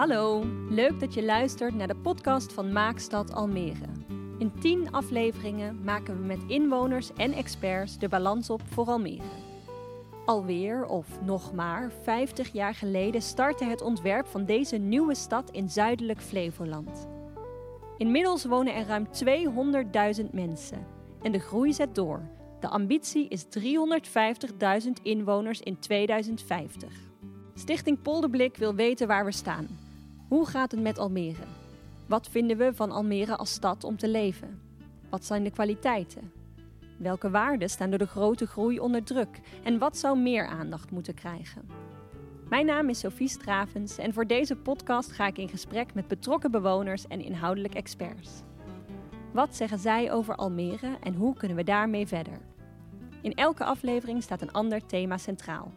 Hallo, leuk dat je luistert naar de podcast van Maakstad Almere. In 10 afleveringen maken we met inwoners en experts de balans op voor Almere. Alweer, of nog maar, 50 jaar geleden startte het ontwerp van deze nieuwe stad in zuidelijk Flevoland. Inmiddels wonen er ruim 200.000 mensen en de groei zet door. De ambitie is 350.000 inwoners in 2050. Stichting Polderblik wil weten waar we staan. Hoe gaat het met Almere? Wat vinden we van Almere als stad om te leven? Wat zijn de kwaliteiten? Welke waarden staan door de grote groei onder druk? En wat zou meer aandacht moeten krijgen? Mijn naam is Sophie Stravens en voor deze podcast ga ik in gesprek met betrokken bewoners en inhoudelijk experts. Wat zeggen zij over Almere en hoe kunnen we daarmee verder? In elke aflevering staat een ander thema centraal.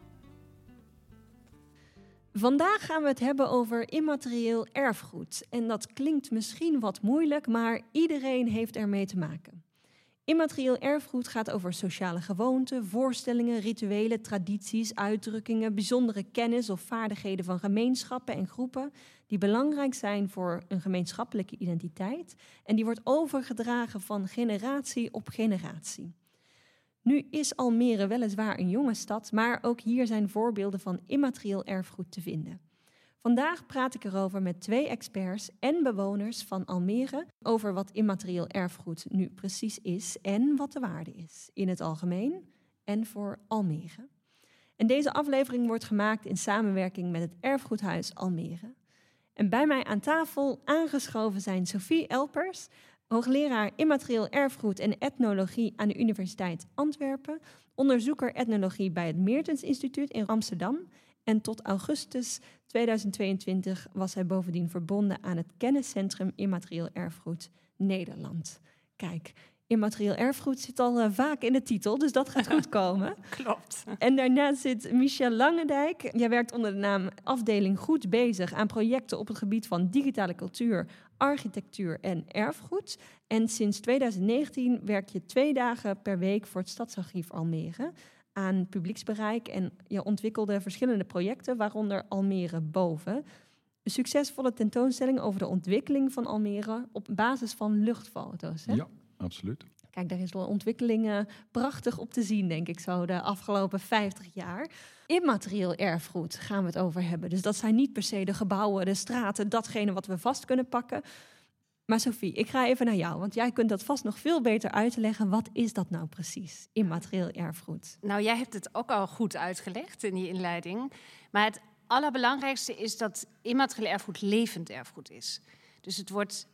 Vandaag gaan we het hebben over immaterieel erfgoed. En dat klinkt misschien wat moeilijk, maar iedereen heeft ermee te maken. Immaterieel erfgoed gaat over sociale gewoonten, voorstellingen, rituelen, tradities, uitdrukkingen, bijzondere kennis of vaardigheden van gemeenschappen en groepen die belangrijk zijn voor een gemeenschappelijke identiteit. En die wordt overgedragen van generatie op generatie. Nu is Almere weliswaar een jonge stad, maar ook hier zijn voorbeelden van immaterieel erfgoed te vinden. Vandaag praat ik erover met 2 experts en bewoners van Almere over wat immaterieel erfgoed nu precies is en wat de waarde is, in het algemeen en voor Almere. En deze aflevering wordt gemaakt in samenwerking met het Erfgoedhuis Almere. En bij mij aan tafel aangeschoven zijn Sophie Elpers, hoogleraar immaterieel erfgoed en etnologie aan de Universiteit Antwerpen, onderzoeker etnologie bij het Meertens Instituut in Amsterdam en tot augustus 2022 was hij bovendien verbonden aan het Kenniscentrum Immaterieel Erfgoed Nederland. Kijk, immaterieel erfgoed zit al vaak in de titel, dus dat gaat goed komen. Klopt. En daarnaast zit Michelle Langendijk. Jij werkt onder de naam Afdeling Goed bezig aan projecten op het gebied van digitale cultuur, architectuur en erfgoed. En sinds 2019 werk je 2 dagen per week voor het Stadsarchief Almere aan publieksbereik en je ontwikkelde verschillende projecten, waaronder Almere Boven. Een succesvolle tentoonstelling over de ontwikkeling van Almere op basis van luchtfoto's. Hè? Ja, absoluut. Kijk, daar is wel ontwikkelingen prachtig op te zien, denk ik zo, de afgelopen 50 jaar. Immaterieel erfgoed gaan we het over hebben. Dus dat zijn niet per se de gebouwen, de straten, datgene wat we vast kunnen pakken. Maar Sophie, ik ga even naar jou, want jij kunt dat vast nog veel beter uitleggen. Wat is dat nou precies, immaterieel erfgoed? Nou, jij hebt het ook al goed uitgelegd in die inleiding. Maar het allerbelangrijkste is dat immaterieel erfgoed levend erfgoed is. Dus het wordt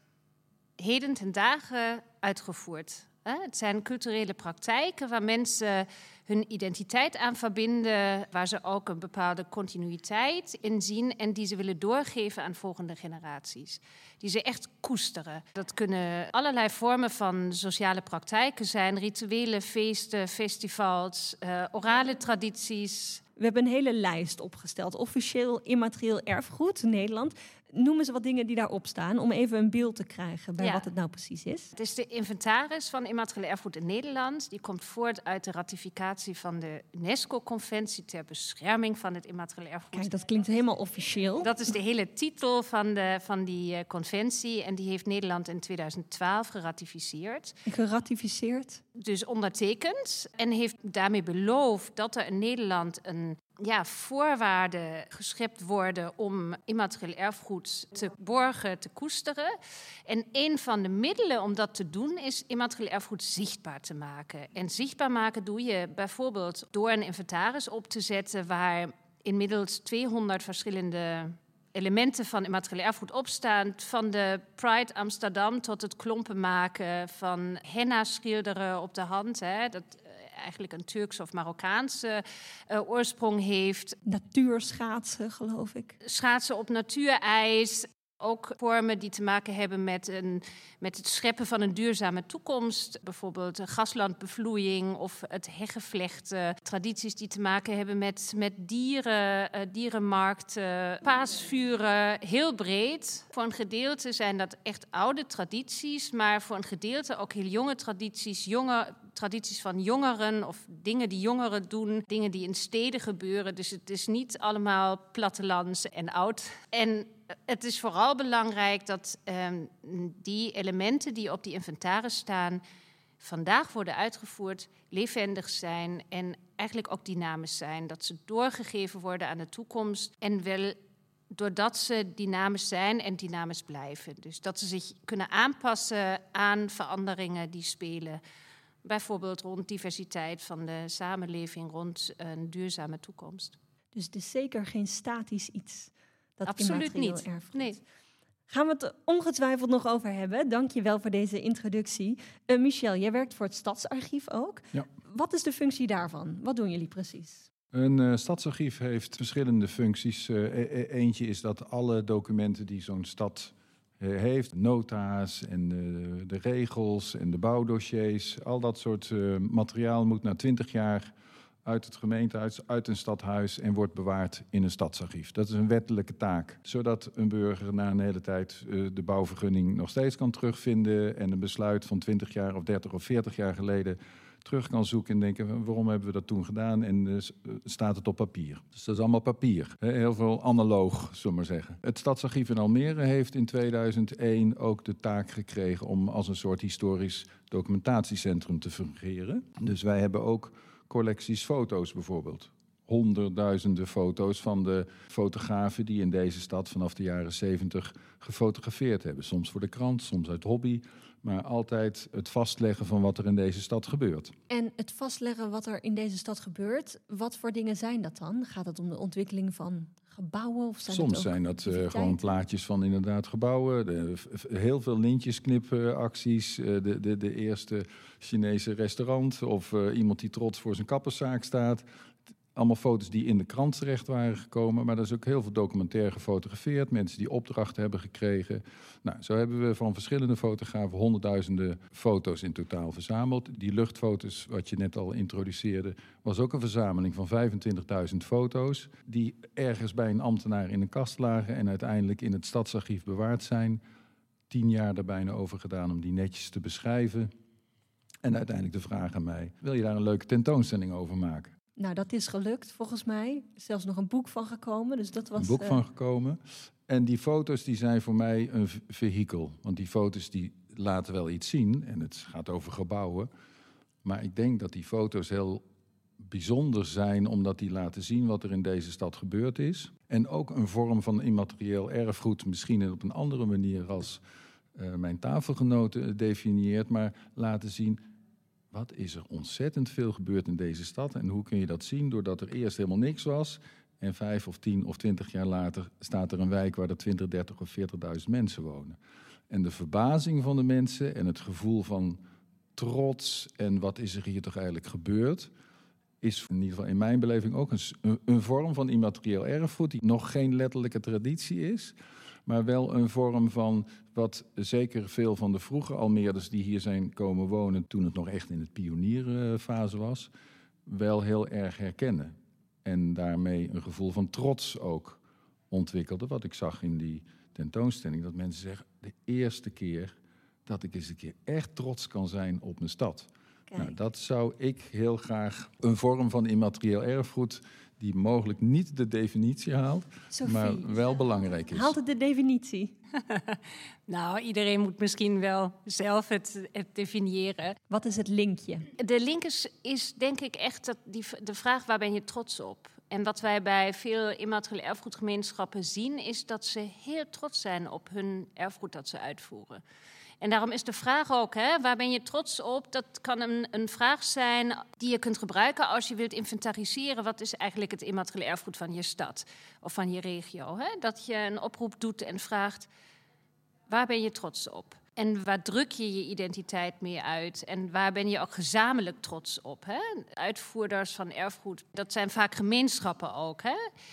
heden ten dagen uitgevoerd. Het zijn culturele praktijken waar mensen hun identiteit aan verbinden, waar ze ook een bepaalde continuïteit in zien en die ze willen doorgeven aan volgende generaties. Die ze echt koesteren. Dat kunnen allerlei vormen van sociale praktijken zijn, rituelen, feesten, festivals, orale tradities. We hebben een hele lijst opgesteld, officieel immaterieel erfgoed Nederland. Noem eens wat dingen die daarop staan, om even een beeld te krijgen bij wat het nou precies is. Het is de inventaris van immaterieel erfgoed in Nederland. Die komt voort uit de ratificatie van de UNESCO-conventie ter bescherming van het immaterieel erfgoed. Kijk, dat klinkt helemaal officieel. Dat is de hele titel van die conventie en die heeft Nederland in 2012 geratificeerd. Geratificeerd? Dus ondertekend en heeft daarmee beloofd dat er in Nederland een voorwaarden geschept worden om immaterieel erfgoed te borgen, te koesteren. En een van de middelen om dat te doen is immaterieel erfgoed zichtbaar te maken. En zichtbaar maken doe je bijvoorbeeld door een inventaris op te zetten waar inmiddels 200 verschillende elementen van immaterieel erfgoed opstaan. Van de Pride Amsterdam tot het klompen maken van henna schilderen op de hand. Dat eigenlijk een Turks of Marokkaanse oorsprong heeft. Natuurschaatsen, geloof ik. Schaatsen op natuurijs. Ook vormen die te maken hebben met het scheppen van een duurzame toekomst. Bijvoorbeeld graslandbevloeiing of het heggevlechten. Tradities die te maken hebben met dieren, dierenmarkten, paasvuren. Heel breed. Voor een gedeelte zijn dat echt oude tradities, maar voor een gedeelte ook heel jonge tradities. Tradities van jongeren of dingen die jongeren doen. Dingen die in steden gebeuren. Dus het is niet allemaal plattelands en oud. En het is vooral belangrijk dat die elementen die op die inventaris staan vandaag worden uitgevoerd, levendig zijn en eigenlijk ook dynamisch zijn. Dat ze doorgegeven worden aan de toekomst en wel doordat ze dynamisch zijn en dynamisch blijven. Dus dat ze zich kunnen aanpassen aan veranderingen die spelen. Bijvoorbeeld rond diversiteit van de samenleving, rond een duurzame toekomst. Dus het is zeker geen statisch iets, dat absoluut immaterieel niet. erfgoed. Nee. Gaan we het ongetwijfeld nog over hebben. Dank je wel voor deze introductie. Michel, jij werkt voor het Stadsarchief ook. Ja. Wat is de functie daarvan? Wat doen jullie precies? Een stadsarchief heeft verschillende functies. Eentje is dat alle documenten die zo'n stad heeft, nota's en de regels en de bouwdossiers, al dat soort materiaal moet na 20 jaar uit het gemeentehuis, uit een stadhuis en wordt bewaard in een stadsarchief. Dat is een wettelijke taak, zodat een burger na een hele tijd de bouwvergunning nog steeds kan terugvinden en een besluit van 20 jaar of 30 of 40 jaar geleden terug kan zoeken en denken, waarom hebben we dat toen gedaan? En staat het op papier. Dus dat is allemaal papier. Heel veel analoog, zullen we maar zeggen. Het Stadsarchief in Almere heeft in 2001 ook de taak gekregen om als een soort historisch documentatiecentrum te fungeren. Dus wij hebben ook collecties foto's bijvoorbeeld. Honderdduizenden foto's van de fotografen die in deze stad vanaf de jaren 70 gefotografeerd hebben. Soms voor de krant, soms uit hobby. Maar altijd het vastleggen van wat er in deze stad gebeurt. En het vastleggen wat er in deze stad gebeurt, wat voor dingen zijn dat dan? Gaat het om de ontwikkeling van gebouwen? Of zijn Soms zijn dat gewoon plaatjes van inderdaad gebouwen. Heel veel lintjesknipacties. De eerste Chinese restaurant. Of iemand die trots voor zijn kapperszaak staat. Allemaal foto's die in de krant terecht waren gekomen. Maar er is ook heel veel documentair gefotografeerd. Mensen die opdrachten hebben gekregen. Nou, zo hebben we van verschillende fotografen honderdduizenden foto's in totaal verzameld. Die luchtfoto's, wat je net al introduceerde, was ook een verzameling van 25.000 foto's. Die ergens bij een ambtenaar in een kast lagen en uiteindelijk in het Stadsarchief bewaard zijn. 10 jaar er bijna over gedaan om die netjes te beschrijven. En uiteindelijk de vraag aan mij, wil je daar een leuke tentoonstelling over maken? Nou, dat is gelukt volgens mij. Er is zelfs nog een boek van gekomen. Dus dat was een boek van gekomen. En die foto's die zijn voor mij een vehikel. Want die foto's die laten wel iets zien. En het gaat over gebouwen. Maar ik denk dat die foto's heel bijzonder zijn, omdat die laten zien wat er in deze stad gebeurd is. En ook een vorm van immaterieel erfgoed. Misschien op een andere manier als mijn tafelgenoten definieert. Maar laten zien, wat is er ontzettend veel gebeurd in deze stad? En hoe kun je dat zien? Doordat er eerst helemaal niks was. En 5 of 10 of 20 jaar later staat er een wijk waar er 20, 30 of 40.000 mensen wonen. En de verbazing van de mensen en het gevoel van trots en wat is er hier toch eigenlijk gebeurd, is in ieder geval in mijn beleving ook een vorm van immaterieel erfgoed die nog geen letterlijke traditie is, maar wel een vorm van wat zeker veel van de vroege Almeerders die hier zijn komen wonen toen het nog echt in het pionierfase was, wel heel erg herkennen. En daarmee een gevoel van trots ook ontwikkelde. Wat ik zag in die tentoonstelling. Dat mensen zeggen, de eerste keer dat ik eens een keer echt trots kan zijn op mijn stad. Nou, dat zou ik heel graag een vorm van immaterieel erfgoed die mogelijk niet de definitie haalt, Sophie, maar wel belangrijk is. Haalt het de definitie? Nou, iedereen moet misschien wel zelf het definiëren. Wat is het linkje? De link is denk ik echt de vraag, waar ben je trots op? En wat wij bij veel immaterieel erfgoedgemeenschappen zien, is dat ze heel trots zijn op hun erfgoed dat ze uitvoeren. En daarom is de vraag ook, waar ben je trots op? Dat kan een vraag zijn die je kunt gebruiken als je wilt inventariseren. Wat is eigenlijk het immaterieel erfgoed van je stad of van je regio? Dat je een oproep doet en vraagt, waar ben je trots op? En waar druk je je identiteit mee uit? En waar ben je ook gezamenlijk trots op? Uitvoerders van erfgoed, dat zijn vaak gemeenschappen ook.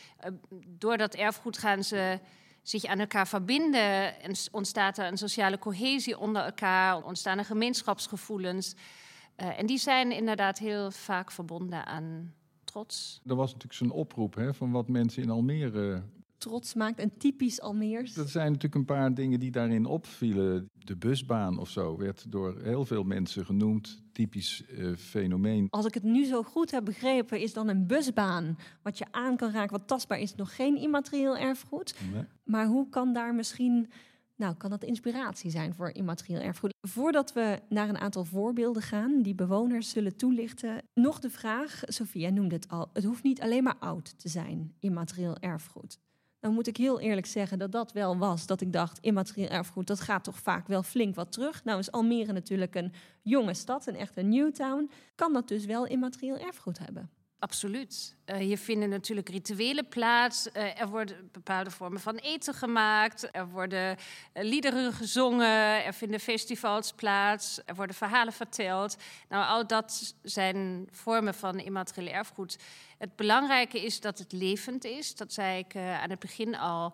Door dat erfgoed gaan ze zich aan elkaar verbinden en ontstaat er een sociale cohesie onder elkaar, ontstaan er gemeenschapsgevoelens. En die zijn inderdaad heel vaak verbonden aan trots. Er was natuurlijk zo'n oproep van wat mensen in Almere trots maakt en typisch Almeers? Dat zijn natuurlijk een paar dingen die daarin opvielen. De busbaan of zo werd door heel veel mensen genoemd. Typisch fenomeen. Als ik het nu zo goed heb begrepen, is dan een busbaan wat je aan kan raken, wat tastbaar is, nog geen immaterieel erfgoed. Nee. Maar hoe kan daar misschien, kan dat inspiratie zijn voor immaterieel erfgoed? Voordat we naar een aantal voorbeelden gaan, die bewoners zullen toelichten, nog de vraag, Sophie, jij noemde het al, het hoeft niet alleen maar oud te zijn, immaterieel erfgoed. Dan moet ik heel eerlijk zeggen dat wel was, dat ik dacht, immaterieel erfgoed, dat gaat toch vaak wel flink wat terug. Nou is Almere natuurlijk een jonge stad, een echte Newtown. Kan dat dus wel immaterieel erfgoed hebben? Absoluut. Hier vinden natuurlijk rituelen plaats. Er worden bepaalde vormen van eten gemaakt. Er worden liederen gezongen. Er vinden festivals plaats. Er worden verhalen verteld. Nou, al dat zijn vormen van immaterieel erfgoed. Het belangrijke is dat het levend is. Dat zei ik aan het begin al.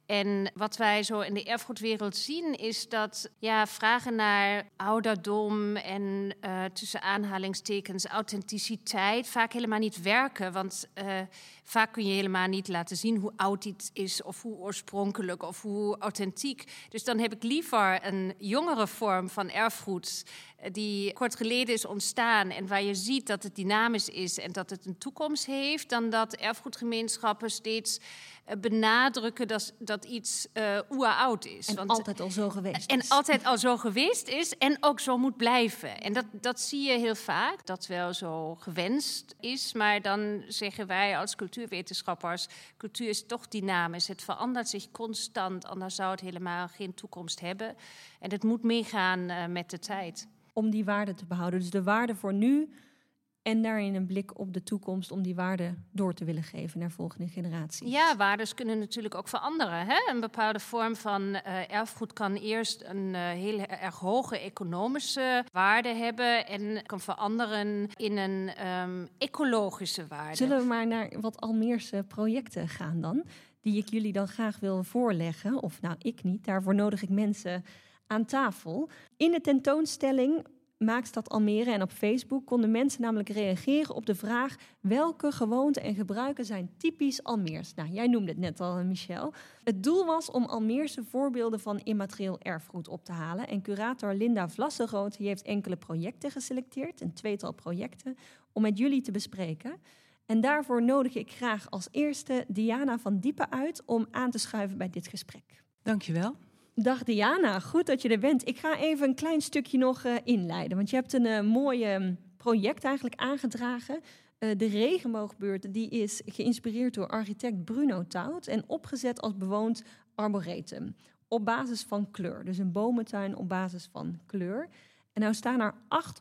En wat wij zo in de erfgoedwereld zien is dat vragen naar ouderdom en tussen aanhalingstekens authenticiteit vaak helemaal niet werken. Want vaak kun je helemaal niet laten zien hoe oud iets is of hoe oorspronkelijk of hoe authentiek. Dus dan heb ik liever een jongere vorm van erfgoed die kort geleden is ontstaan en waar je ziet dat het dynamisch is en dat het een toekomst heeft, dan dat erfgoedgemeenschappen steeds benadrukken dat iets oeroud is. En altijd al zo geweest is. En altijd al zo geweest is en ook zo moet blijven. En dat zie je heel vaak, dat wel zo gewenst is. Maar dan zeggen wij als cultuurwetenschappers, cultuur is toch dynamisch. Het verandert zich constant, anders zou het helemaal geen toekomst hebben. En het moet meegaan met de tijd. Om die waarde te behouden. Dus de waarde voor nu en daarin een blik op de toekomst om die waarde door te willen geven naar volgende generaties. Ja, waardes kunnen natuurlijk ook veranderen. Hè? Een bepaalde vorm van erfgoed kan eerst een heel erg hoge economische waarde hebben en kan veranderen in een ecologische waarde. Zullen we maar naar wat Almeerse projecten gaan dan, die ik jullie dan graag wil voorleggen? Of ik niet, daarvoor nodig ik mensen aan tafel. In de tentoonstelling Maakstad Almere en op Facebook konden mensen namelijk reageren op de vraag welke gewoonten en gebruiken zijn typisch Almeers. Nou, jij noemde het net al, Michel. Het doel was om Almeerse voorbeelden van immaterieel erfgoed op te halen. En curator Linda Vlassenrood heeft enkele projecten geselecteerd, een tweetal projecten, om met jullie te bespreken. En daarvoor nodig ik graag als eerste Diana van Diepen uit om aan te schuiven bij dit gesprek. Dankjewel. Dag Diana, goed dat je er bent. Ik ga even een klein stukje nog inleiden. Want je hebt een mooi project eigenlijk aangedragen. De regenboogbuurt die is geïnspireerd door architect Bruno Taut en opgezet als bewoond arboretum. Op basis van kleur. Dus een bomentuin op basis van kleur. En nou staan er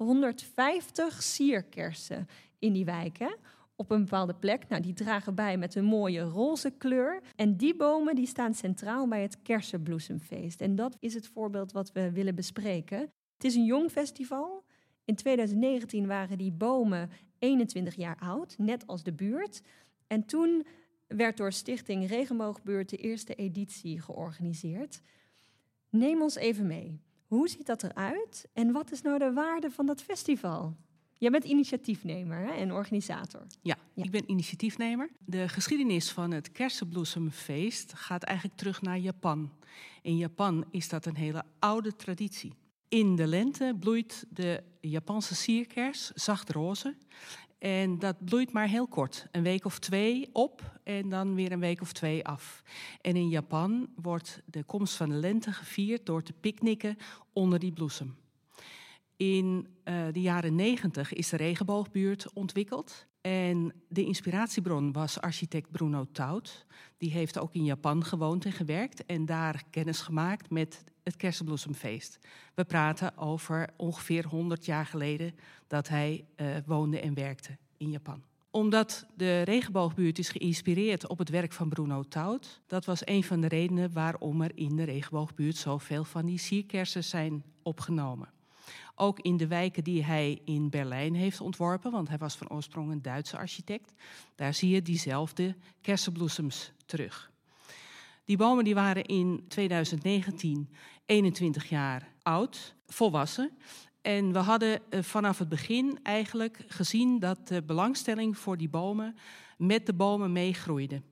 850 sierkersen in die wijk, hè? Op een bepaalde plek. Nou, die dragen bij met een mooie roze kleur. En die bomen die staan centraal bij het Kersenbloesemfeest. En dat is het voorbeeld wat we willen bespreken. Het is een jong festival. In 2019 waren die bomen 21 jaar oud, net als de buurt. En toen werd door Stichting Regenboogbuurt de eerste editie georganiseerd. Neem ons even mee. Hoe ziet dat eruit? En wat is nou de waarde van dat festival? Jij bent initiatiefnemer en organisator. Ja, ik ben initiatiefnemer. De geschiedenis van het Kersenbloesemfeest gaat eigenlijk terug naar Japan. In Japan is dat een hele oude traditie. In de lente bloeit de Japanse sierkers zacht roze. En dat bloeit maar heel kort. Een week of 2 op en dan weer een week of 2 af. En in Japan wordt de komst van de lente gevierd door te picknicken onder die bloesem. In de jaren 90 is de regenboogbuurt ontwikkeld. En de inspiratiebron was architect Bruno Taut. Die heeft ook in Japan gewoond en gewerkt en daar kennis gemaakt met het Kersenbloesemfeest. We praten over ongeveer 100 jaar geleden dat hij woonde en werkte in Japan. Omdat de regenboogbuurt is geïnspireerd op het werk van Bruno Taut. Dat was een van de redenen waarom er in de regenboogbuurt zoveel van die sierkersen zijn opgenomen. Ook in de wijken die hij in Berlijn heeft ontworpen, want hij was van oorsprong een Duitse architect. Daar zie je diezelfde kersenbloesems terug. Die bomen die waren in 2019 21 jaar oud, volwassen. En we hadden vanaf het begin eigenlijk gezien dat de belangstelling voor die bomen met de bomen meegroeide.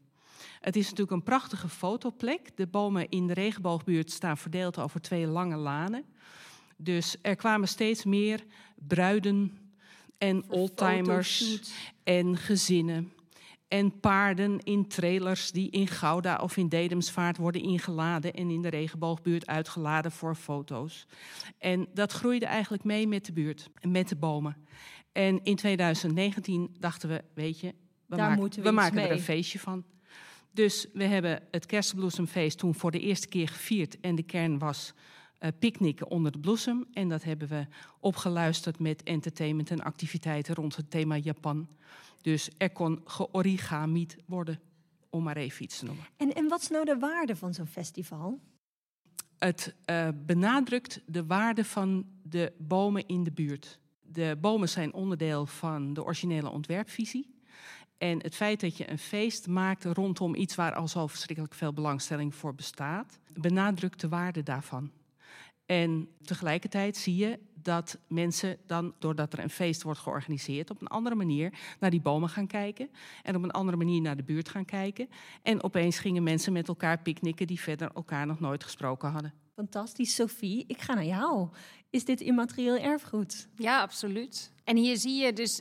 Het is natuurlijk een prachtige fotoplek. De bomen in de regenboogbuurt staan verdeeld over 2 lange lanen. Dus er kwamen steeds meer bruiden en oldtimers en gezinnen. En paarden in trailers die in Gouda of in Dedemsvaart worden ingeladen en in de regenboogbuurt uitgeladen voor foto's. En dat groeide eigenlijk mee met de buurt en met de bomen. En in 2019 dachten we, weet je, we maken er een feestje van. Dus we hebben het Kersenbloesemfeest toen voor de eerste keer gevierd. En de kern was picknicken onder de bloesem. En dat hebben we opgeluisterd met entertainment en activiteiten rond het thema Japan. Dus er kon georigamied worden, om maar even iets te noemen. En wat is nou de waarde van zo'n festival? Het benadrukt de waarde van de bomen in de buurt. De bomen zijn onderdeel van de originele ontwerpvisie. En het feit dat je een feest maakt rondom iets waar al zo verschrikkelijk veel belangstelling voor bestaat, benadrukt de waarde daarvan. En tegelijkertijd zie je dat mensen dan, doordat er een feest wordt georganiseerd, op een andere manier naar die bomen gaan kijken. En op een andere manier naar de buurt gaan kijken. En opeens gingen mensen met elkaar picknicken die verder elkaar nog nooit gesproken hadden. Fantastisch, Sophie. Ik ga naar jou. Is dit immaterieel erfgoed? Ja, absoluut. En hier zie je dus,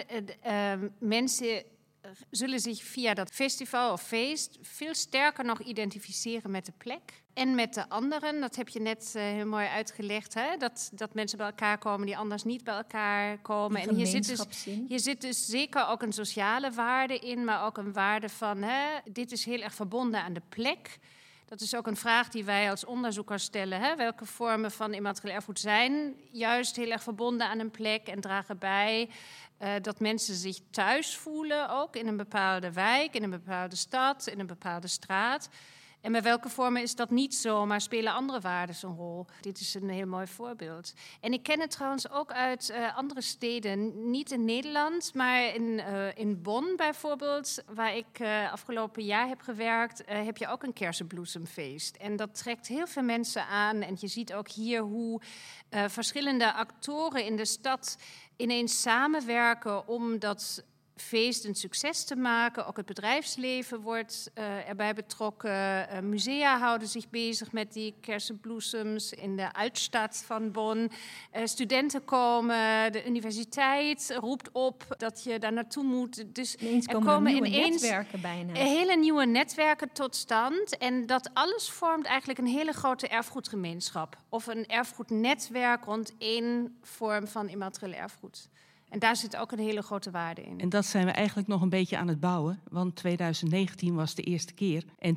mensen zullen zich via dat festival of feest veel sterker nog identificeren met de plek. En met de anderen, dat heb je net heel mooi uitgelegd, hè? Dat mensen bij elkaar komen die anders niet bij elkaar komen. En hier zit dus zeker ook een sociale waarde in, maar ook een waarde van, dit is heel erg verbonden aan de plek. Dat is ook een vraag die wij als onderzoekers stellen. Hè? Welke vormen van immaterieel erfgoed zijn juist heel erg verbonden aan een plek en dragen bij dat mensen zich thuis voelen, ook in een bepaalde wijk, in een bepaalde stad, in een bepaalde straat. En bij welke vormen is dat niet zo, maar spelen andere waarden een rol? Dit is een heel mooi voorbeeld. En ik ken het trouwens ook uit andere steden, niet in Nederland, maar in Bonn bijvoorbeeld, waar ik afgelopen jaar heb gewerkt, heb je ook een kersenbloesemfeest. En dat trekt heel veel mensen aan. En je ziet ook hier hoe verschillende actoren in de stad ineens samenwerken om dat feest een succes te maken. Ook het bedrijfsleven wordt erbij betrokken. Musea houden zich bezig met die kersenbloesems in de Altstadt van Bonn. Studenten komen, de universiteit roept op dat je daar naartoe moet. Dus ineens komen netwerken bijna. Hele nieuwe netwerken tot stand. En dat alles vormt eigenlijk een hele grote erfgoedgemeenschap. Of een erfgoednetwerk rond één vorm van immaterieel erfgoed. En daar zit ook een hele grote waarde in. En dat zijn we eigenlijk nog een beetje aan het bouwen. Want 2019 was de eerste keer. En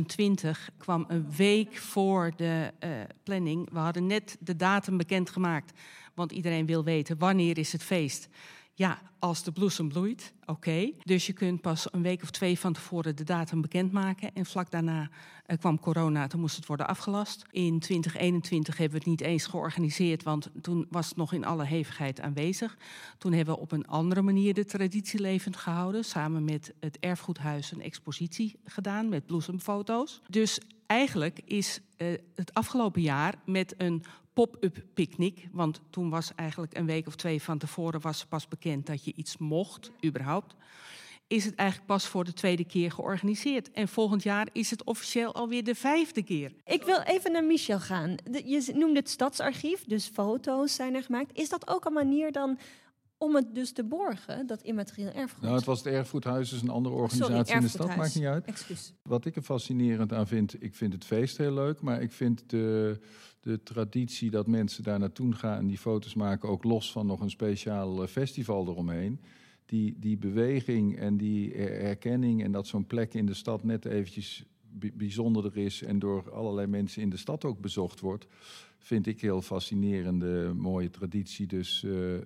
2020 kwam een week voor de planning. We hadden net de datum bekendgemaakt. Want iedereen wil weten, wanneer is het feest? Ja, als de bloesem bloeit, oké. Dus je kunt pas een week of 2 van tevoren de datum bekendmaken. En vlak daarna kwam corona, toen moest het worden afgelast. In 2021 hebben we het niet eens georganiseerd, want toen was het nog in alle hevigheid aanwezig. Toen hebben we op een andere manier de traditie levend gehouden. Samen met het Erfgoedhuis een expositie gedaan met bloesemfoto's. Dus eigenlijk is het afgelopen jaar met een pop-up picknick, want toen was eigenlijk een week of 2 van tevoren was pas bekend dat je iets mocht, überhaupt, is het eigenlijk pas voor de 2e keer georganiseerd. En volgend jaar is het officieel alweer de 5e keer. Ik wil even naar Michel gaan. Je noemde het stadsarchief, dus foto's zijn er gemaakt. Is dat ook een manier dan om het dus te borgen, dat immaterieel erfgoed? Nou, het was het Erfgoedhuis, dus een andere organisatie in de stad, maakt niet uit. Excuus. Wat ik er fascinerend aan vind, ik vind het feest heel leuk, maar ik vind de traditie dat mensen daar naartoe gaan en die foto's maken, ook los van nog een speciaal festival eromheen. Die beweging en die herkenning en dat zo'n plek in de stad net eventjes bijzonderder is en door allerlei mensen in de stad ook bezocht wordt, vind ik heel fascinerende, mooie traditie. Dus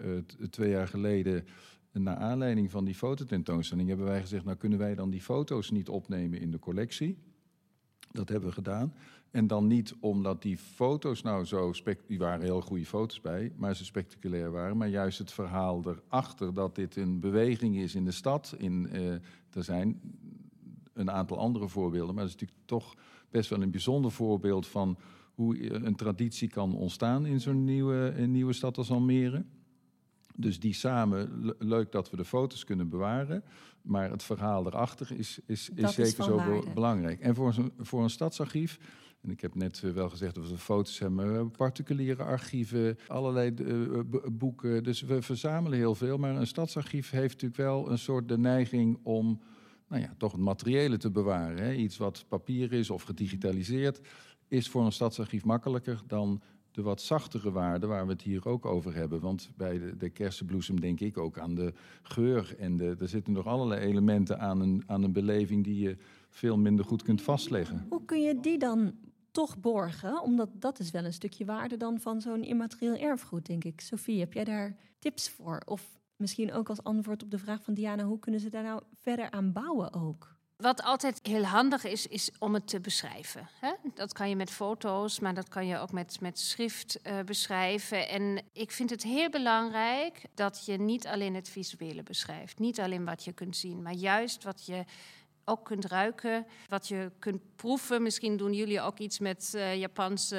2 jaar geleden, naar aanleiding van die fototentoonstelling, hebben wij gezegd, nou kunnen wij dan die foto's niet opnemen in de collectie? Dat hebben we gedaan. En dan niet omdat die foto's nou zo die waren heel goede foto's bij, maar ze spectaculair waren. Maar juist het verhaal erachter dat dit een beweging is in de stad. Er zijn een aantal andere voorbeelden, maar dat is natuurlijk toch best wel een bijzonder voorbeeld van hoe een traditie kan ontstaan in zo'n nieuwe stad als Almere. Dus die samen, leuk dat we de foto's kunnen bewaren. Maar het verhaal erachter is zeker zo belangrijk. En voor een stadsarchief... En ik heb net wel gezegd dat we foto's hebben, particuliere archieven, allerlei boeken. Dus we verzamelen heel veel. Maar een stadsarchief heeft natuurlijk wel een soort de neiging om toch het materiële te bewaren. Hè. Iets wat papier is of gedigitaliseerd is voor een stadsarchief makkelijker dan de wat zachtere waarden waar we het hier ook over hebben. Want bij de kersenbloesem denk ik ook aan de geur. En er zitten nog allerlei elementen aan een beleving die je veel minder goed kunt vastleggen. Hoe kun je die dan toch borgen? Omdat dat is wel een stukje waarde dan van zo'n immaterieel erfgoed, denk ik. Sophie, heb jij daar tips voor? Of misschien ook als antwoord op de vraag van Diana, hoe kunnen ze daar nou verder aan bouwen ook? Wat altijd heel handig is om het te beschrijven. Hè? Dat kan je met foto's, maar dat kan je ook met schrift beschrijven. En ik vind het heel belangrijk dat je niet alleen het visuele beschrijft. Niet alleen wat je kunt zien, maar juist wat je ook kunt ruiken, wat je kunt proeven. Misschien doen jullie ook iets met Japanse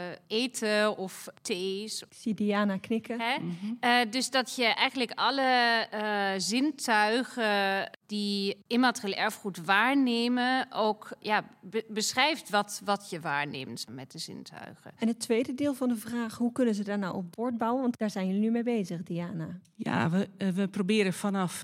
eten of thees. Ik zie Diana knikken. Dus dat je eigenlijk alle zintuigen die immaterieel erfgoed waarnemen ook beschrijft wat je waarneemt met de zintuigen. En het tweede deel van de vraag, hoe kunnen ze daar nou op voortbouwen? Want daar zijn jullie nu mee bezig, Diana. Ja, we proberen vanaf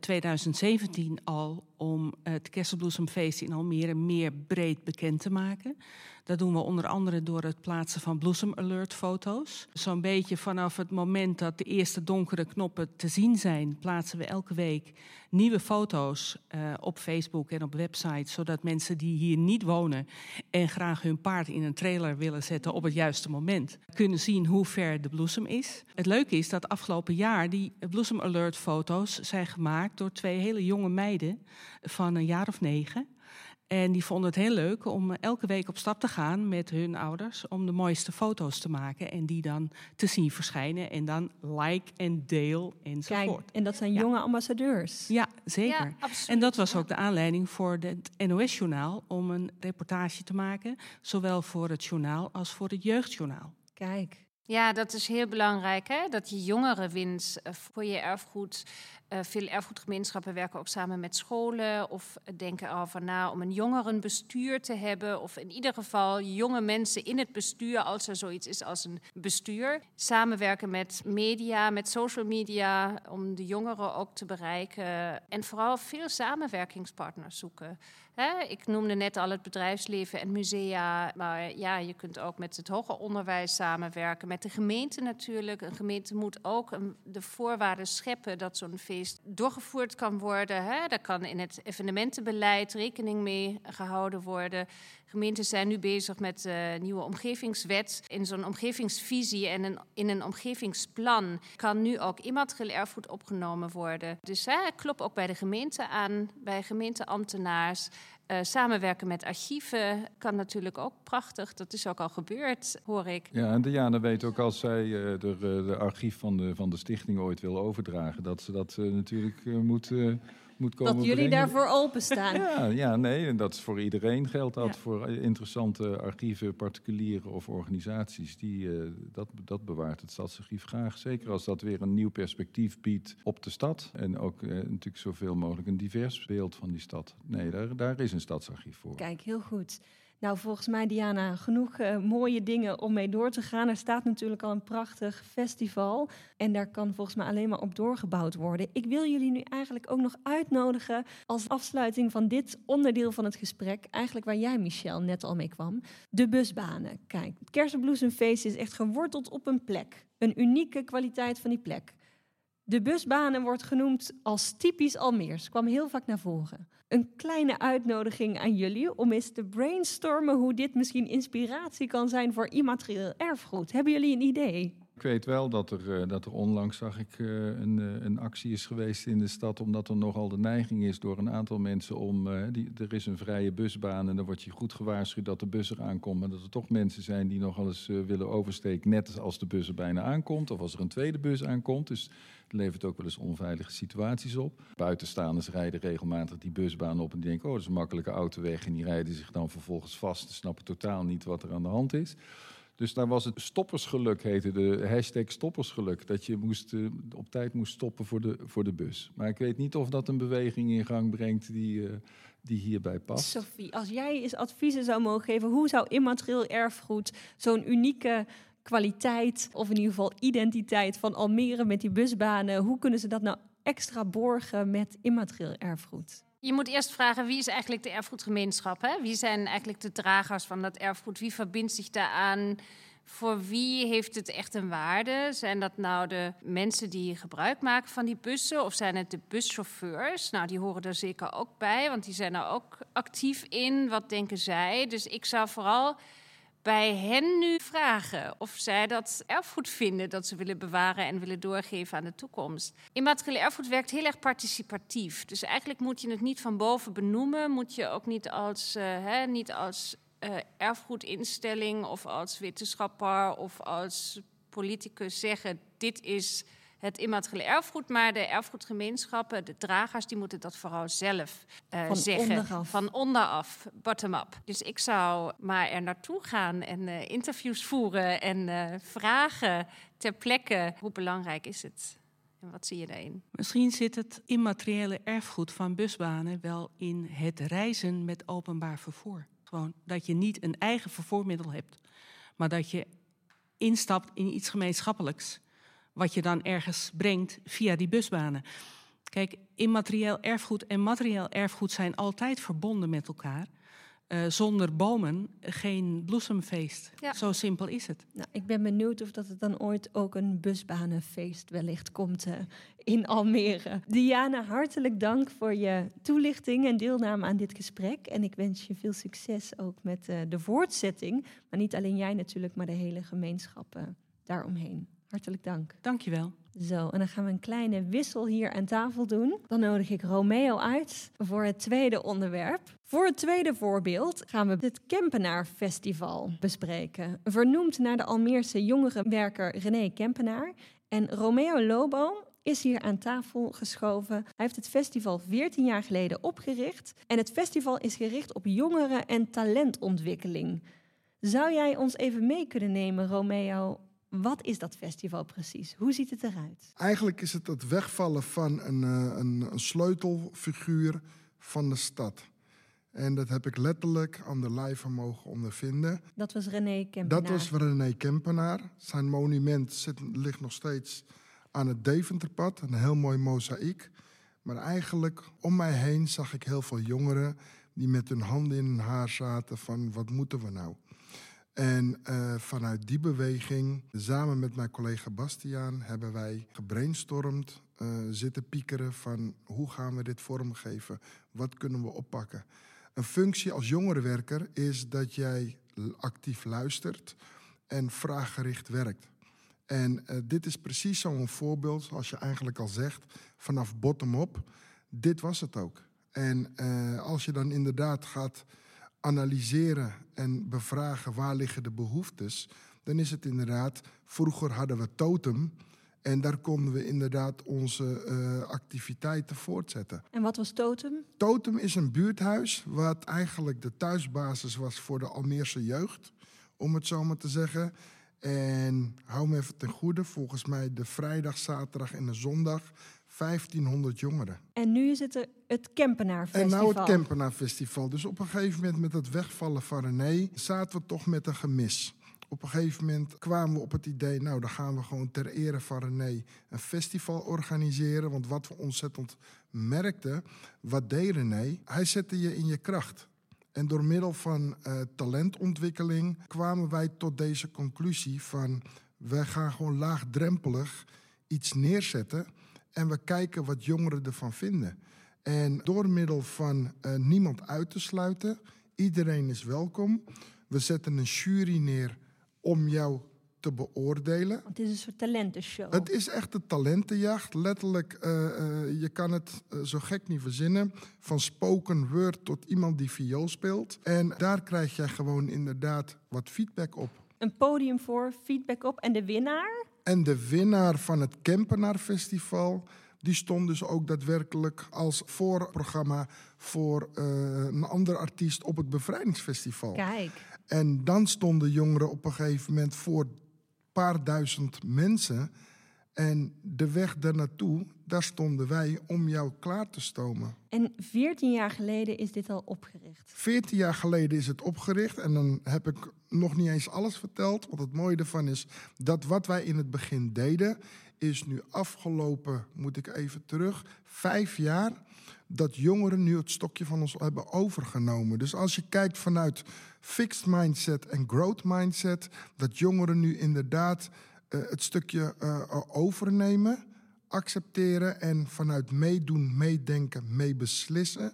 2017 al om het Kersenbloesemfeest in Almere meer breed bekend te maken. Dat doen we onder andere door het plaatsen van Blossom Alert foto's. Zo'n beetje vanaf het moment dat de eerste donkere knoppen te zien zijn, plaatsen we elke week nieuwe foto's op Facebook en op websites, zodat mensen die hier niet wonen en graag hun paard in een trailer willen zetten op het juiste moment, kunnen zien hoe ver de bloesem is. Het leuke is dat afgelopen jaar die Blossom Alert foto's zijn gemaakt door 2 hele jonge meiden van een jaar of 9. En die vonden het heel leuk om elke week op stap te gaan met hun ouders om de mooiste foto's te maken en die dan te zien verschijnen en dan like en deel enzovoort. Kijk, en dat zijn jonge ambassadeurs. Ja, zeker. Ja, absoluut. En dat was ook de aanleiding voor het NOS-journaal om een reportage te maken, zowel voor het journaal als voor het jeugdjournaal. Kijk. Ja, dat is heel belangrijk, hè? Dat je jongeren wint voor je erfgoed. Veel erfgoedgemeenschappen werken ook samen met scholen of denken erover na om een jongerenbestuur te hebben. Of in ieder geval jonge mensen in het bestuur, als er zoiets is als een bestuur. Samenwerken met media, met social media, om de jongeren ook te bereiken. En vooral veel samenwerkingspartners zoeken. Ik noemde net al het bedrijfsleven en musea, maar ja, je kunt ook met het hoger onderwijs samenwerken, met de gemeente natuurlijk. Een gemeente moet ook de voorwaarden scheppen dat zo'n feest doorgevoerd kan worden. Daar kan in het evenementenbeleid rekening mee gehouden worden. Gemeenten zijn nu bezig met de nieuwe omgevingswet. In zo'n omgevingsvisie en in een omgevingsplan kan nu ook immaterieel erfgoed opgenomen worden. Dus klop ook bij de gemeente aan, bij gemeenteambtenaars. Samenwerken met archieven kan natuurlijk ook prachtig. Dat is ook al gebeurd, hoor ik. Ja, en Diana weet ook als zij de archief van de stichting ooit wil overdragen, dat ze dat natuurlijk moet komen dat jullie brengen. daarvoor openstaan. Ja, nee, en dat is voor iedereen geldt dat. Ja. Voor interessante archieven, particulieren of organisaties, dat bewaart het Stadsarchief graag. Zeker als dat weer een nieuw perspectief biedt op de stad. En ook natuurlijk zoveel mogelijk een divers beeld van die stad. Nee, daar is een Stadsarchief voor. Kijk, heel goed. Nou, volgens mij, Diana, genoeg mooie dingen om mee door te gaan. Er staat natuurlijk al een prachtig festival. En daar kan volgens mij alleen maar op doorgebouwd worden. Ik wil jullie nu eigenlijk ook nog uitnodigen als afsluiting van dit onderdeel van het gesprek. Eigenlijk waar jij, Michel, net al mee kwam. De busbanen. Kijk, het Kersenbloesemfeest is echt geworteld op een plek. Een unieke kwaliteit van die plek. De busbanen wordt genoemd als typisch Almeers. Kwam heel vaak naar voren. Een kleine uitnodiging aan jullie om eens te brainstormen hoe dit misschien inspiratie kan zijn voor immaterieel erfgoed. Hebben jullie een idee? Ik weet wel dat er onlangs, zag ik, een actie is geweest in de stad, omdat er nogal de neiging is door een aantal mensen om, er is een vrije busbaan en dan wordt je goed gewaarschuwd dat de bus eraan komt, maar dat er toch mensen zijn die nogal eens willen oversteken, net als de bus er bijna aankomt of als er een tweede bus aankomt. Dus het levert ook wel eens onveilige situaties op. Buitenstaanders rijden regelmatig die busbaan op en die denken, dat is een makkelijke autoweg en die rijden zich dan vervolgens vast en snappen totaal niet wat er aan de hand is. Dus daar was het stoppersgeluk, heette de hashtag stoppersgeluk. Dat je op tijd moest stoppen voor de bus. Maar ik weet niet of dat een beweging in gang brengt die hierbij past. Sophie, als jij eens adviezen zou mogen geven, hoe zou immaterieel erfgoed zo'n unieke kwaliteit, of in ieder geval identiteit van Almere met die busbanen, hoe kunnen ze dat nou extra borgen met immaterieel erfgoed? Je moet eerst vragen, wie is eigenlijk de erfgoedgemeenschap? Hè? Wie zijn eigenlijk de dragers van dat erfgoed? Wie verbindt zich daaraan? Voor wie heeft het echt een waarde? Zijn dat nou de mensen die gebruik maken van die bussen? Of zijn het de buschauffeurs? Nou, die horen er zeker ook bij, want die zijn er ook actief in. Wat denken zij? Dus ik zou vooral bij hen nu vragen of zij dat erfgoed vinden dat ze willen bewaren en willen doorgeven aan de toekomst. Immaterieel erfgoed werkt heel erg participatief. Dus eigenlijk moet je het niet van boven benoemen. Moet je ook niet als erfgoedinstelling of als wetenschapper of als politicus zeggen, dit is het immateriële erfgoed, maar de erfgoedgemeenschappen, de dragers, die moeten dat vooral zelf zeggen. Onderaf. Van onderaf, bottom-up. Dus ik zou maar er naartoe gaan en interviews voeren en vragen ter plekke. Hoe belangrijk is het? En wat zie je daarin? Misschien zit het immateriële erfgoed van busbanen wel in het reizen met openbaar vervoer. Gewoon dat je niet een eigen vervoermiddel hebt, maar dat je instapt in iets gemeenschappelijks, wat je dan ergens brengt via die busbanen. Kijk, immaterieel erfgoed en materieel erfgoed zijn altijd verbonden met elkaar. Zonder bomen geen bloesemfeest. Ja. Zo simpel is het. Nou, ik ben benieuwd of dat het dan ooit ook een busbanenfeest wellicht komt in Almere. Diana, hartelijk dank voor je toelichting en deelname aan dit gesprek. En ik wens je veel succes ook met de voortzetting. Maar niet alleen jij natuurlijk, maar de hele gemeenschap daaromheen. Hartelijk dank. Dank je wel. Zo, en dan gaan we een kleine wissel hier aan tafel doen. Dan nodig ik Romeo uit voor het tweede onderwerp. Voor het tweede voorbeeld gaan we het Kempenaar-festival bespreken. Vernoemd naar de Almeerse jongerenwerker René Kempenaar. En Romeo Lobo is hier aan tafel geschoven. Hij heeft het festival 14 jaar geleden opgericht. En het festival is gericht op jongeren en talentontwikkeling. Zou jij ons even mee kunnen nemen, Romeo? Wat is dat festival precies? Hoe ziet het eruit? Eigenlijk is het wegvallen van een sleutelfiguur van de stad. En dat heb ik letterlijk aan de lijve mogen ondervinden. Dat was René Kempenaar. Dat was René Kempenaar. Zijn monument ligt nog steeds aan het Deventerpad. Een heel mooi mozaïek. Maar eigenlijk om mij heen zag ik heel veel jongeren die met hun handen in hun haar zaten van wat moeten we nou? En vanuit die beweging, samen met mijn collega Bastiaan, hebben wij gebrainstormd, zitten piekeren van hoe gaan we dit vormgeven? Wat kunnen we oppakken? Een functie als jongerenwerker is dat jij actief luistert en vraaggericht werkt. En dit is precies zo'n voorbeeld, zoals je eigenlijk al zegt, vanaf bottom-up. Dit was het ook. En als je dan inderdaad gaat analyseren en bevragen waar liggen de behoeftes, dan is het inderdaad, vroeger hadden we Totem en daar konden we inderdaad onze activiteiten voortzetten. En wat was Totem? Totem is een buurthuis wat eigenlijk de thuisbasis was voor de Almeerse jeugd, om het zo maar te zeggen. En hou me even ten goede, volgens mij de vrijdag, zaterdag en de zondag 1500 jongeren. En nu is het het Kempenaar-festival. En nou het Kempenaar-festival. Dus op een gegeven moment met het wegvallen van René zaten we toch met een gemis. Op een gegeven moment kwamen we op het idee, nou dan gaan we gewoon ter ere van René een festival organiseren. Want wat we ontzettend merkten, wat deed René? Hij zette je in je kracht. En door middel van talentontwikkeling kwamen wij tot deze conclusie van wij gaan gewoon laagdrempelig iets neerzetten en we kijken wat jongeren ervan vinden. En door middel van niemand uit te sluiten, iedereen is welkom. We zetten een jury neer om jou te beoordelen. Het is een soort talentenshow. Het is echt een talentenjacht. Letterlijk, je kan het zo gek niet verzinnen. Van spoken word tot iemand die viool speelt. En daar krijg jij gewoon inderdaad wat feedback op. Een podium voor, feedback op. En de winnaar? En de winnaar van het Kempenaar Festival, die stond dus ook daadwerkelijk als voorprogramma voor een andere artiest op het Bevrijdingsfestival. Kijk. En dan stonden jongeren op een gegeven moment voor een paar duizend mensen. En de weg daarnaartoe, daar stonden wij om jou klaar te stomen. En 14 jaar geleden is dit al opgericht. 14 jaar geleden is het opgericht en dan heb ik nog niet eens alles verteld. Want het mooie ervan is dat wat wij in het begin deden, is nu afgelopen, moet ik even terug, 5 jaar... dat jongeren nu het stokje van ons hebben overgenomen. Dus als je kijkt vanuit fixed mindset en growth mindset, dat jongeren nu inderdaad het stukje overnemen, accepteren en vanuit meedoen, meedenken, meebeslissen,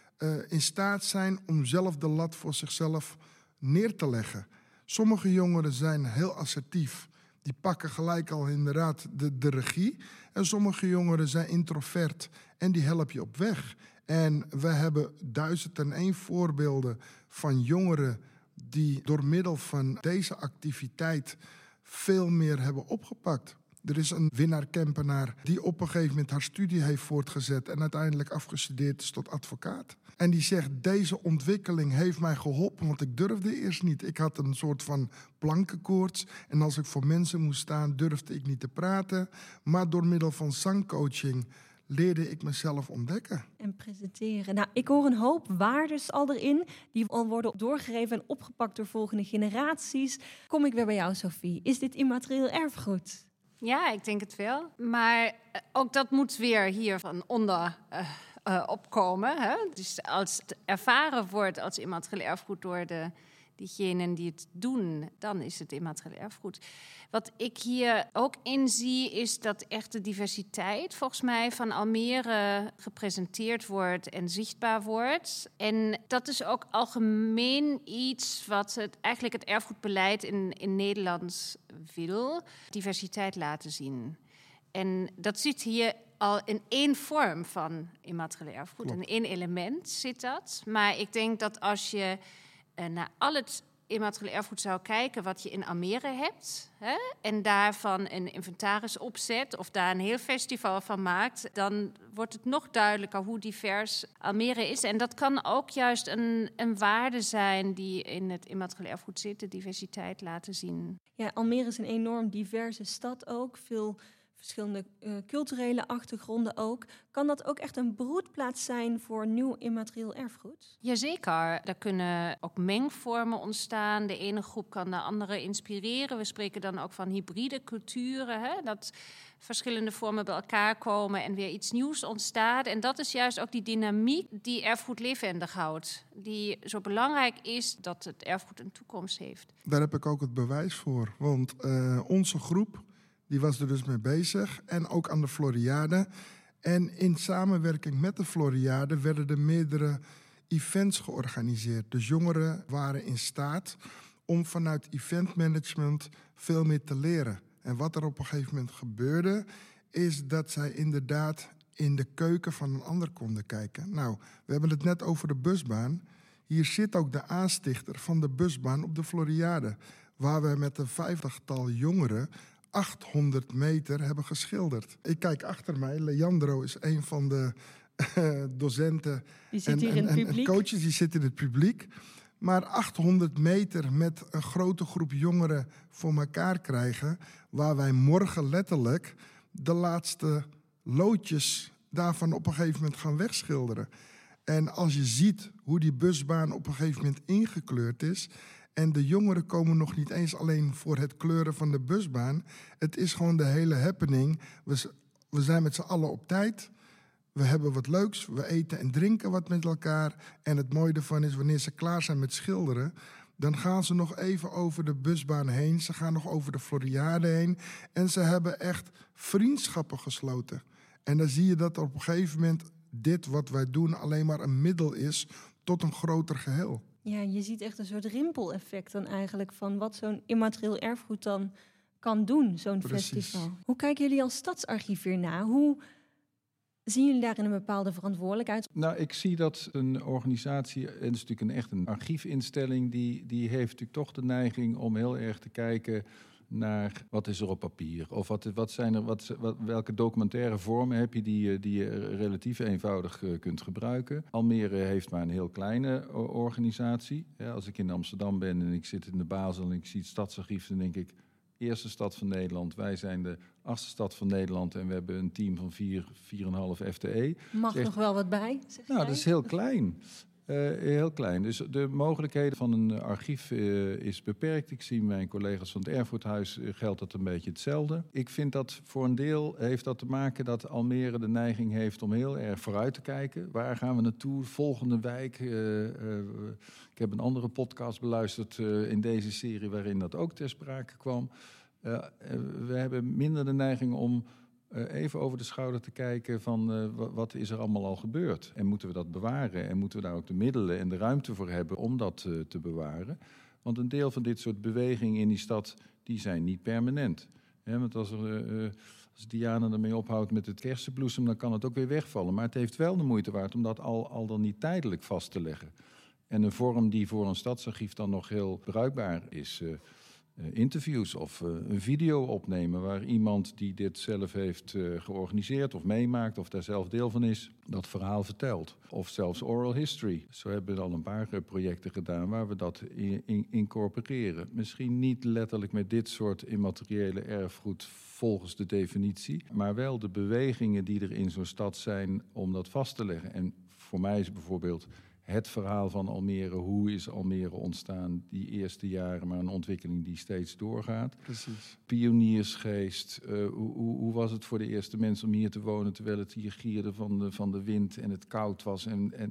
in staat zijn om zelf de lat voor zichzelf neer te leggen. Sommige jongeren zijn heel assertief. Die pakken gelijk al inderdaad de regie. En sommige jongeren zijn introvert en die help je op weg. En we hebben 1001 voorbeelden van jongeren die door middel van deze activiteit veel meer hebben opgepakt. Er is een winnaar-Kempenaar die op een gegeven moment haar studie heeft voortgezet en uiteindelijk afgestudeerd is tot advocaat. En die zegt, deze ontwikkeling heeft mij geholpen, want ik durfde eerst niet. Ik had een soort van plankenkoorts en als ik voor mensen moest staan, durfde ik niet te praten. Maar door middel van zangcoaching leerde ik mezelf ontdekken. En presenteren. Nou, ik hoor een hoop waardes al erin, die al worden doorgegeven en opgepakt door volgende generaties. Kom ik weer bij jou, Sophie. Is dit immaterieel erfgoed? Ja, ik denk het wel. Maar ook dat moet weer hier van onder opkomen. Hè? Dus als het ervaren wordt als immaterieel erfgoed door diegenen die het doen, dan is het immaterieel erfgoed. Wat ik hier ook in zie, is dat echt de diversiteit volgens mij van Almere gepresenteerd wordt en zichtbaar wordt. En dat is ook algemeen iets wat eigenlijk het erfgoedbeleid in Nederland wil. Diversiteit laten zien. En dat zit hier al in één vorm van immaterieel erfgoed. Klopt. In één element zit dat. Maar ik denk dat als je naar al het immaterieel erfgoed zou kijken wat je in Almere hebt, hè, en daarvan een inventaris opzet of daar een heel festival van maakt, dan wordt het nog duidelijker hoe divers Almere is. En dat kan ook juist een waarde zijn die in het immaterieel erfgoed zit, de diversiteit laten zien. Ja, Almere is een enorm diverse stad ook. Veel verschillende culturele achtergronden ook. Kan dat ook echt een broedplaats zijn voor nieuw immaterieel erfgoed? Jazeker, daar kunnen ook mengvormen ontstaan. De ene groep kan de andere inspireren. We spreken dan ook van hybride culturen, hè? Dat verschillende vormen bij elkaar komen en weer iets nieuws ontstaat. En dat is juist ook die dynamiek die erfgoed levendig houdt. Die zo belangrijk is dat het erfgoed een toekomst heeft. Daar heb ik ook het bewijs voor. Want onze groep die was er dus mee bezig. En ook aan de Floriade. En in samenwerking met de Floriade werden er meerdere events georganiseerd. Dus jongeren waren in staat om vanuit eventmanagement veel meer te leren. En wat er op een gegeven moment gebeurde, is dat zij inderdaad in de keuken van een ander konden kijken. Nou, we hebben het net over de busbaan. Hier zit ook de aanstichter van de busbaan op de Floriade, waar we met een 50-tal jongeren 800 meter hebben geschilderd. Ik kijk achter mij, Leandro is een van de docenten Die zit hier in het publiek. en coaches, die zit in het publiek. Maar 800 meter met een grote groep jongeren voor elkaar krijgen, waar wij morgen letterlijk de laatste loodjes daarvan op een gegeven moment gaan wegschilderen. En als je ziet hoe die busbaan op een gegeven moment ingekleurd is, en de jongeren komen nog niet eens alleen voor het kleuren van de busbaan. Het is gewoon de hele happening. We zijn met z'n allen op tijd. We hebben wat leuks. We eten en drinken wat met elkaar. En het mooie ervan is, wanneer ze klaar zijn met schilderen, dan gaan ze nog even over de busbaan heen. Ze gaan nog over de Floriade heen. En ze hebben echt vriendschappen gesloten. En dan zie je dat op een gegeven moment dit wat wij doen alleen maar een middel is tot een groter geheel. Ja, je ziet echt een soort rimpeleffect dan eigenlijk van wat zo'n immaterieel erfgoed dan kan doen, zo'n Precies. festival. Hoe kijken jullie als stadsarchief naar? Hoe zien jullie daarin een bepaalde verantwoordelijkheid? Nou, ik zie dat een organisatie, en het is natuurlijk echt een archiefinstelling, die heeft natuurlijk toch de neiging om heel erg te kijken naar wat is er op papier. Of welke documentaire vormen heb je die je relatief eenvoudig kunt gebruiken. Almere heeft maar een heel kleine organisatie. Ja, als ik in Amsterdam ben en ik zit in de Basel en ik zie het Stadsarchief, dan denk ik, eerste stad van Nederland. Wij zijn de 8e stad van Nederland en we hebben een team van 4,5 FTE. Mag nog wel wat bij, zeg jij? Nou, dat is heel klein. Heel klein. Dus de mogelijkheden van een archief is beperkt. Ik zie mijn collega's van het Erfgoedhuis geldt dat een beetje hetzelfde. Ik vind dat voor een deel heeft dat te maken dat Almere de neiging heeft om heel erg vooruit te kijken. Waar gaan we naartoe? Volgende wijk. Ik heb een andere podcast beluisterd in deze serie waarin dat ook ter sprake kwam. We hebben minder de neiging om even over de schouder te kijken van wat is er allemaal al gebeurd. En moeten we dat bewaren? En moeten we daar ook de middelen en de ruimte voor hebben om dat te bewaren? Want een deel van dit soort bewegingen in die stad, die zijn niet permanent. Want als Diana ermee ophoudt met het kersenbloesem, dan kan het ook weer wegvallen. Maar het heeft wel de moeite waard om dat al dan niet tijdelijk vast te leggen. En een vorm die voor een stadsarchief dan nog heel bruikbaar is, interviews of een video opnemen waar iemand die dit zelf heeft georganiseerd of meemaakt of daar zelf deel van is, dat verhaal vertelt. Of zelfs oral history. Zo hebben we al een paar projecten gedaan waar we dat incorporeren. Misschien niet letterlijk met dit soort immateriële erfgoed volgens de definitie, maar wel de bewegingen die er in zo'n stad zijn om dat vast te leggen. En voor mij is bijvoorbeeld het verhaal van Almere, hoe is Almere ontstaan die eerste jaren, maar een ontwikkeling die steeds doorgaat. Precies. Pioniersgeest, hoe was het voor de eerste mensen om hier te wonen terwijl het hier gierde van de wind en het koud was.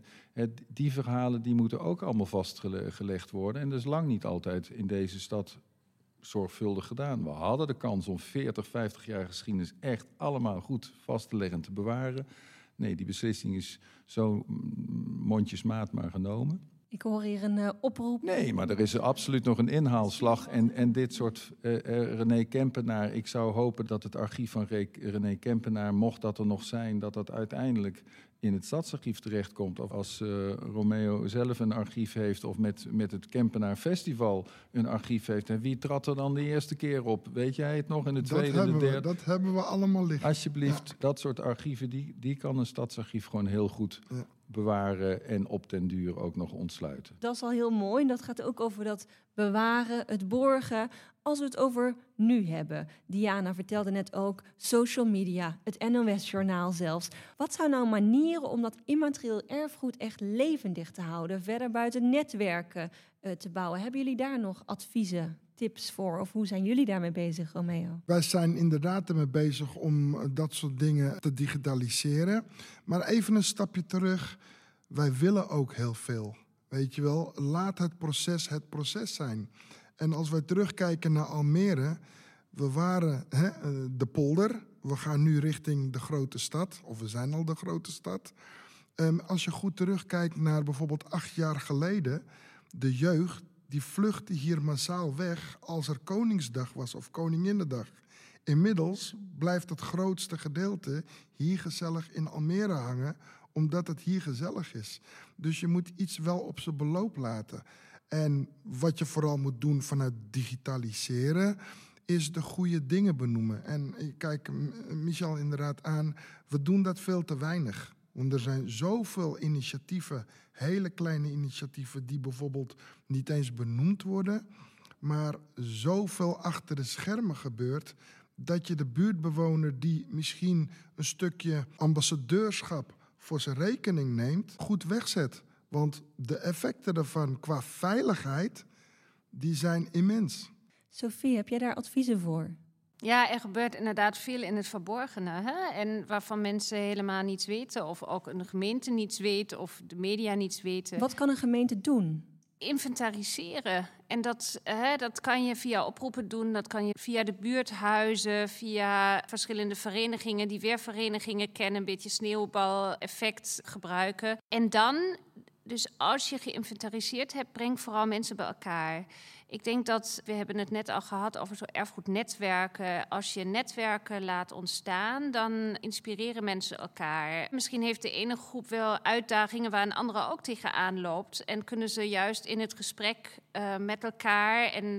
Die verhalen die moeten ook allemaal vastgelegd worden. En dat is lang niet altijd in deze stad zorgvuldig gedaan. We hadden de kans om 40, 50 jaar geschiedenis echt allemaal goed vast te leggen en te bewaren. Nee, die beslissing is zo mondjesmaat maar genomen. Ik hoor hier een oproep. Nee, maar er is absoluut nog een inhaalslag. En dit soort René Kempenaar, ik zou hopen dat het archief van René Kempenaar, mocht dat er nog zijn, dat dat uiteindelijk in het Stadsarchief terechtkomt. Of als Romeo zelf een archief heeft of met het Kempenaar Festival een archief heeft. En wie trad er dan de eerste keer op? Weet jij het nog? In de tweede en de derde? Dat hebben we allemaal liggen. Alsjeblieft, dat soort archieven, die kan een stadsarchief gewoon heel goed bewaren en op den duur ook nog ontsluiten. Dat is al heel mooi. Dat gaat ook over dat bewaren, het borgen. Als we het over nu hebben. Diana vertelde net ook social media, het NOS-journaal zelfs. Wat zijn nou manieren om dat immaterieel erfgoed echt levendig te houden? Verder buiten netwerken te bouwen. Hebben jullie daar nog adviezen, tips voor? Of hoe zijn jullie daarmee bezig, Romeo? Wij zijn inderdaad ermee bezig om dat soort dingen te digitaliseren. Maar even een stapje terug. Wij willen ook heel veel. Weet je wel, laat het proces zijn. En als wij terugkijken naar Almere, we waren de polder. We gaan nu richting de grote stad, of we zijn al de grote stad. Als je goed terugkijkt naar bijvoorbeeld 8 jaar geleden, de jeugd, die vluchtte hier massaal weg als er Koningsdag was of Koninginnedag. Inmiddels blijft het grootste gedeelte hier gezellig in Almere hangen, omdat het hier gezellig is. Dus je moet iets wel op zijn beloop laten. En wat je vooral moet doen vanuit digitaliseren, is de goede dingen benoemen. En ik kijk Michel inderdaad aan, we doen dat veel te weinig. Want er zijn zoveel initiatieven, hele kleine initiatieven, die bijvoorbeeld niet eens benoemd worden, maar zoveel achter de schermen gebeurt, dat je de buurtbewoner die misschien een stukje ambassadeurschap voor zijn rekening neemt, goed wegzet. Want de effecten daarvan qua veiligheid, die zijn immens. Sophie, heb jij daar adviezen voor? Ja, er gebeurt inderdaad veel in het verborgene. Hè? En waarvan mensen helemaal niets weten. Of ook een gemeente niets weet. Of de media niets weten. Wat kan een gemeente doen? Inventariseren. En dat kan je via oproepen doen. Dat kan je via de buurthuizen. Via verschillende verenigingen die weer verenigingen kennen. Een beetje sneeuwbaleffect gebruiken. En dan, dus als je geïnventariseerd hebt, breng vooral mensen bij elkaar. Ik denk dat, we hebben het net al gehad over zo'n erfgoednetwerken. Als je netwerken laat ontstaan, dan inspireren mensen elkaar. Misschien heeft de ene groep wel uitdagingen waar een andere ook tegenaan loopt. En kunnen ze juist in het gesprek met elkaar en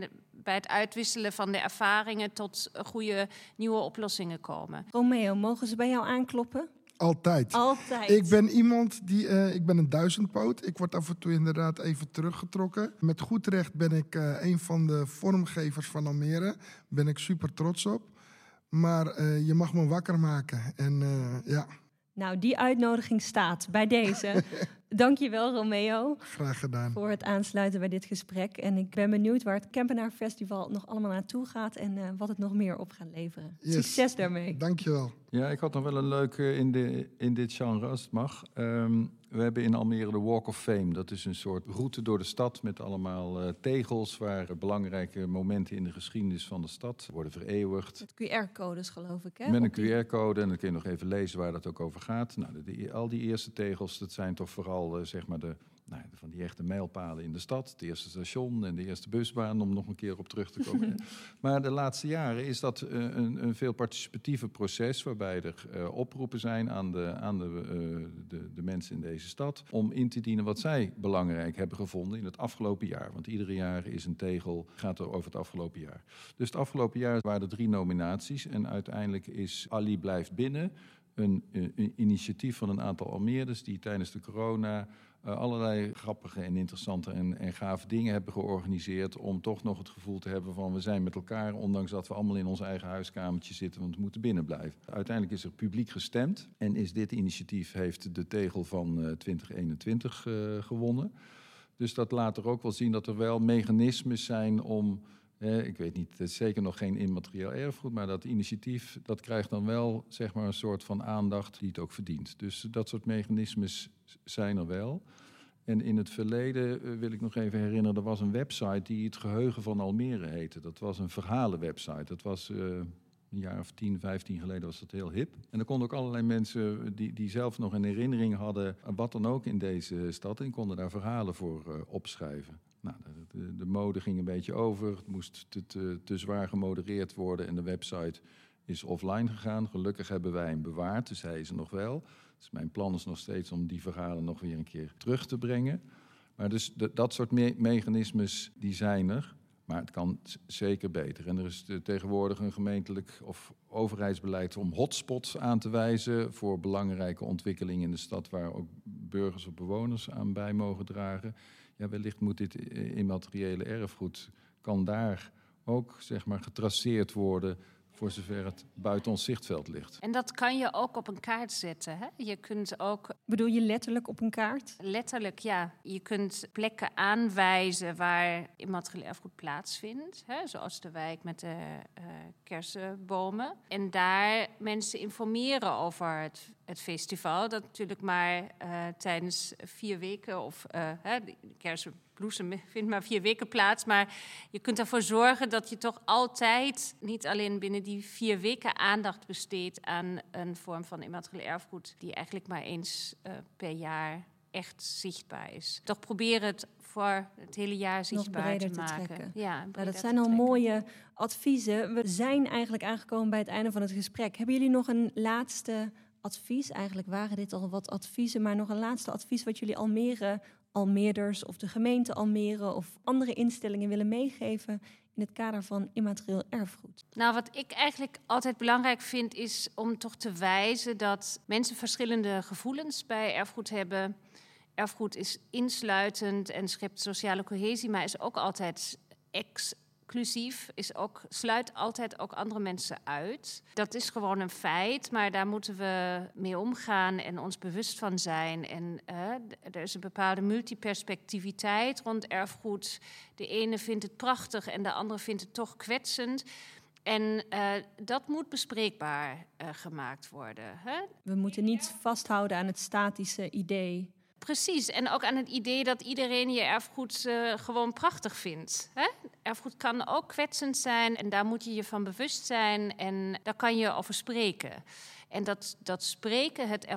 bij het uitwisselen van de ervaringen tot goede nieuwe oplossingen komen. Romeo, mogen ze bij jou aankloppen? Altijd. Altijd. Ik ben iemand ik ben een duizendpoot. Ik word af en toe inderdaad even teruggetrokken. Met goed recht ben ik een van de vormgevers van Almere. Ben ik super trots op. Maar je mag me wakker maken. En ja. Nou, die uitnodiging staat bij deze. Dankjewel, Romeo. Graag gedaan. Voor het aansluiten bij dit gesprek. En ik ben benieuwd waar het Kempenaar Festival nog allemaal naartoe gaat en wat het nog meer op gaat leveren. Yes. Succes daarmee. Dankjewel. Ja, ik had nog wel een leuke in dit genre, als het mag. We hebben in Almere de Walk of Fame. Dat is een soort route door de stad met allemaal tegels waar belangrijke momenten in de geschiedenis van de stad worden vereeuwigd. Met QR-codes, geloof ik, hè? Met een QR-code en dan kun je nog even lezen waar dat ook over gaat. Nou, al die eerste tegels, dat zijn toch vooral zeg maar van die echte mijlpalen in de stad. Het eerste station en de eerste busbaan, om nog een keer op terug te komen. Maar de laatste jaren is dat een veel participatiever proces, waarbij er oproepen zijn aan de mensen in deze stad om in te dienen wat zij belangrijk hebben gevonden in het afgelopen jaar. Want iedere jaar is een tegel, gaat er over het afgelopen jaar. Dus het afgelopen jaar waren er 3 nominaties en uiteindelijk is Ali blijft binnen. Een initiatief van een aantal Almeerders die tijdens de corona allerlei grappige en interessante en gave dingen hebben georganiseerd om toch nog het gevoel te hebben van we zijn met elkaar, ondanks dat we allemaal in ons eigen huiskamertje zitten, want we moeten binnen blijven. Uiteindelijk is er publiek gestemd en is dit initiatief heeft de tegel van 2021 gewonnen. Dus dat laat er ook wel zien dat er wel mechanismes zijn om, ik weet niet, het is zeker nog geen immaterieel erfgoed, maar dat initiatief, dat krijgt dan wel zeg maar een soort van aandacht die het ook verdient. Dus dat soort mechanismes zijn er wel. En in het verleden wil ik nog even herinneren, er was een website die het Geheugen van Almere heette. Dat was een verhalenwebsite. Dat was een jaar of 10, 15 geleden was dat heel hip. En er konden ook allerlei mensen die zelf nog een herinnering hadden, wat dan ook in deze stad, en konden daar verhalen voor opschrijven. Nou, de mode ging een beetje over, het moest te zwaar gemodereerd worden en de website is offline gegaan. Gelukkig hebben wij hem bewaard, dus hij is er nog wel. Dus mijn plan is nog steeds om die verhalen nog weer een keer terug te brengen. Maar dus dat soort mechanismes, die zijn er. Maar het kan zeker beter. En er is tegenwoordig een gemeentelijk of overheidsbeleid om hotspots aan te wijzen voor belangrijke ontwikkelingen in de stad waar ook burgers of bewoners aan bij mogen dragen. Ja, wellicht moet dit immateriële erfgoed, kan daar ook zeg maar getraceerd worden voor zover het buiten ons zichtveld ligt. En dat kan je ook op een kaart zetten. Hè? Je kunt ook... Bedoel je letterlijk op een kaart? Letterlijk, ja. Je kunt plekken aanwijzen waar immaterieel erfgoed plaatsvindt. Hè? Zoals de wijk met de kersenbomen. En daar mensen informeren over het festival. Dat natuurlijk maar tijdens 4 weken of de kersenbloesem vindt maar 4 weken plaats. Maar je kunt ervoor zorgen dat je toch altijd niet alleen binnen die 4 weken aandacht besteedt aan een vorm van immaterieel erfgoed die eigenlijk maar eens per jaar echt zichtbaar is. Toch proberen het voor het hele jaar zichtbaar te maken. Ja, nou, dat zijn al mooie adviezen. We zijn eigenlijk aangekomen bij het einde van het gesprek. Hebben jullie nog een laatste advies? Eigenlijk waren dit al wat adviezen, maar nog een laatste advies wat jullie Almeerders of de gemeente Almere of andere instellingen willen meegeven in het kader van immaterieel erfgoed? Nou, wat ik eigenlijk altijd belangrijk vind is om toch te wijzen dat mensen verschillende gevoelens bij erfgoed hebben. Erfgoed is insluitend en schept sociale cohesie, maar is ook altijd exclusief, sluit altijd ook andere mensen uit. Dat is gewoon een feit, maar daar moeten we mee omgaan en ons bewust van zijn. En er is een bepaalde multiperspectiviteit rond erfgoed. De ene vindt het prachtig en de andere vindt het toch kwetsend. En dat moet bespreekbaar gemaakt worden. Hè? We moeten niet vasthouden aan het statische idee. Precies, en ook aan het idee dat iedereen je erfgoed gewoon prachtig vindt. Hè? Erfgoed kan ook kwetsend zijn en daar moet je je van bewust zijn en daar kan je over spreken. En dat spreken, het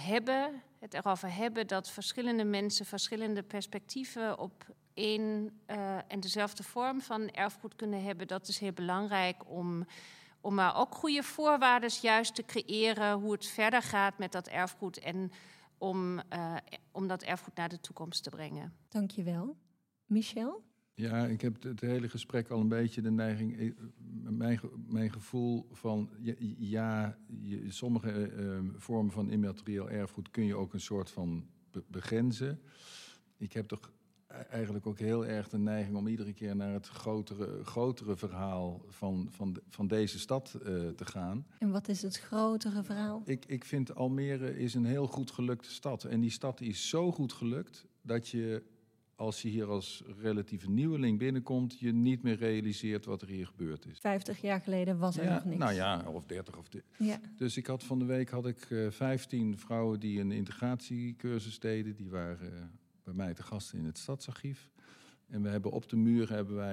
erover hebben dat verschillende mensen verschillende perspectieven op één en dezelfde vorm van erfgoed kunnen hebben, dat is heel belangrijk om maar ook goede voorwaarden juist te creëren hoe het verder gaat met dat erfgoed en om dat erfgoed naar de toekomst te brengen. Dank je wel. Michel? Ja, ik heb het hele gesprek al een beetje de neiging... Mijn gevoel van... sommige vormen van immaterieel erfgoed kun je ook een soort van begrenzen. Ik heb toch eigenlijk ook heel erg de neiging om iedere keer naar het grotere verhaal van deze stad te gaan. En wat is het grotere verhaal? Ik vind Almere is een heel goed gelukte stad. En die stad is zo goed gelukt dat je, als je hier als relatieve nieuweling binnenkomt, je niet meer realiseert wat er hier gebeurd is. 50 jaar geleden was er nog niks. Nou ja, of 30 of... Ja. Dus van de week had ik 15 vrouwen die een integratiecursus deden. Die waren bij mij te gast in het Stadsarchief. En we hebben op de muur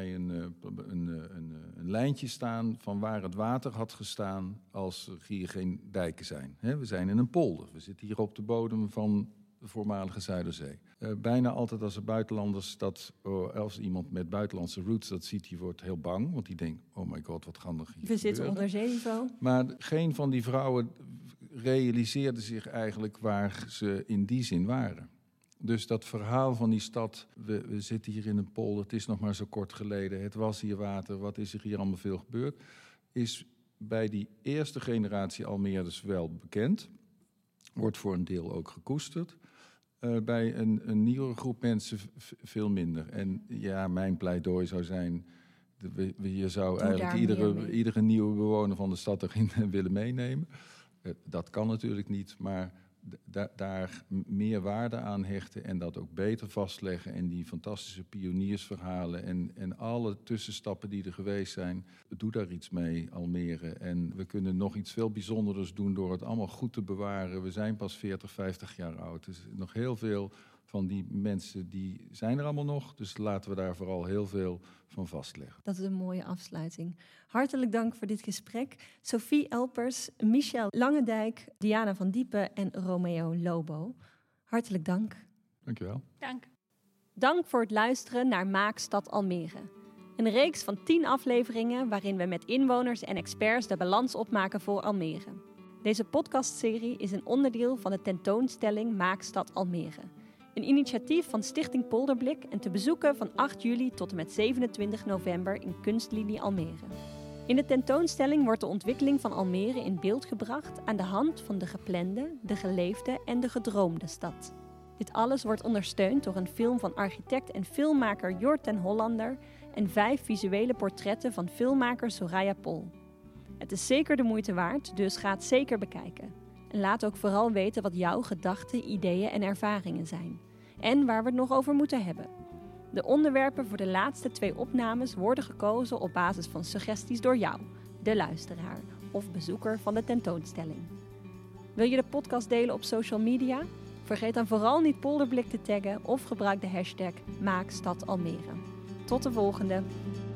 een lijntje staan van waar het water had gestaan als er hier geen dijken zijn. We zijn in een polder. We zitten hier op de bodem van de voormalige Zuiderzee. Bijna altijd als er buitenlanders als iemand met buitenlandse roots dat ziet, die wordt heel bang. Want die denkt, oh my god, wat gaan er hier gebeuren? Zitten onder zeeniveau. Maar geen van die vrouwen realiseerde zich eigenlijk waar ze in die zin waren. Dus dat verhaal van die stad, we zitten hier in een polder, het is nog maar zo kort geleden, het was hier water, wat is er hier allemaal veel gebeurd, is bij die eerste generatie Almeerders wel bekend. Wordt voor een deel ook gekoesterd. Bij een nieuwere groep mensen veel minder. En ja, mijn pleidooi zou zijn, je zou eigenlijk iedere nieuwe bewoner van de stad erin willen meenemen. Dat kan natuurlijk niet, maar daar meer waarde aan hechten en dat ook beter vastleggen. En die fantastische pioniersverhalen en alle tussenstappen die er geweest zijn. Doe daar iets mee, Almere. En we kunnen nog iets veel bijzonders doen door het allemaal goed te bewaren. We zijn pas 40, 50 jaar oud. Dus nog heel veel van die mensen die zijn er allemaal nog. Dus laten we daar vooral heel veel van vastleggen. Dat is een mooie afsluiting. Hartelijk dank voor dit gesprek. Sophie Elpers, Michel Langendijk, Diana van Diepen en Romeo Lobo. Hartelijk dank. Dankjewel. Dank. Dank voor het luisteren naar Maak Stad Almere. Een reeks van 10 afleveringen waarin we met inwoners en experts de balans opmaken voor Almere. Deze podcastserie is een onderdeel van de tentoonstelling Maak Stad Almere. Een initiatief van Stichting Polderblik en te bezoeken van 8 juli tot en met 27 november in Kunstlinie Almere. In de tentoonstelling wordt de ontwikkeling van Almere in beeld gebracht aan de hand van de geplande, de geleefde en de gedroomde stad. Dit alles wordt ondersteund door een film van architect en filmmaker Jort ten Hollander en 5 visuele portretten van filmmaker Soraya Pol. Het is zeker de moeite waard, dus ga het zeker bekijken. En laat ook vooral weten wat jouw gedachten, ideeën en ervaringen zijn. En waar we het nog over moeten hebben. De onderwerpen voor de laatste 2 opnames worden gekozen op basis van suggesties door jou, de luisteraar of bezoeker van de tentoonstelling. Wil je de podcast delen op social media? Vergeet dan vooral niet Polderblik te taggen of gebruik de hashtag MaakStadAlmere. Tot de volgende!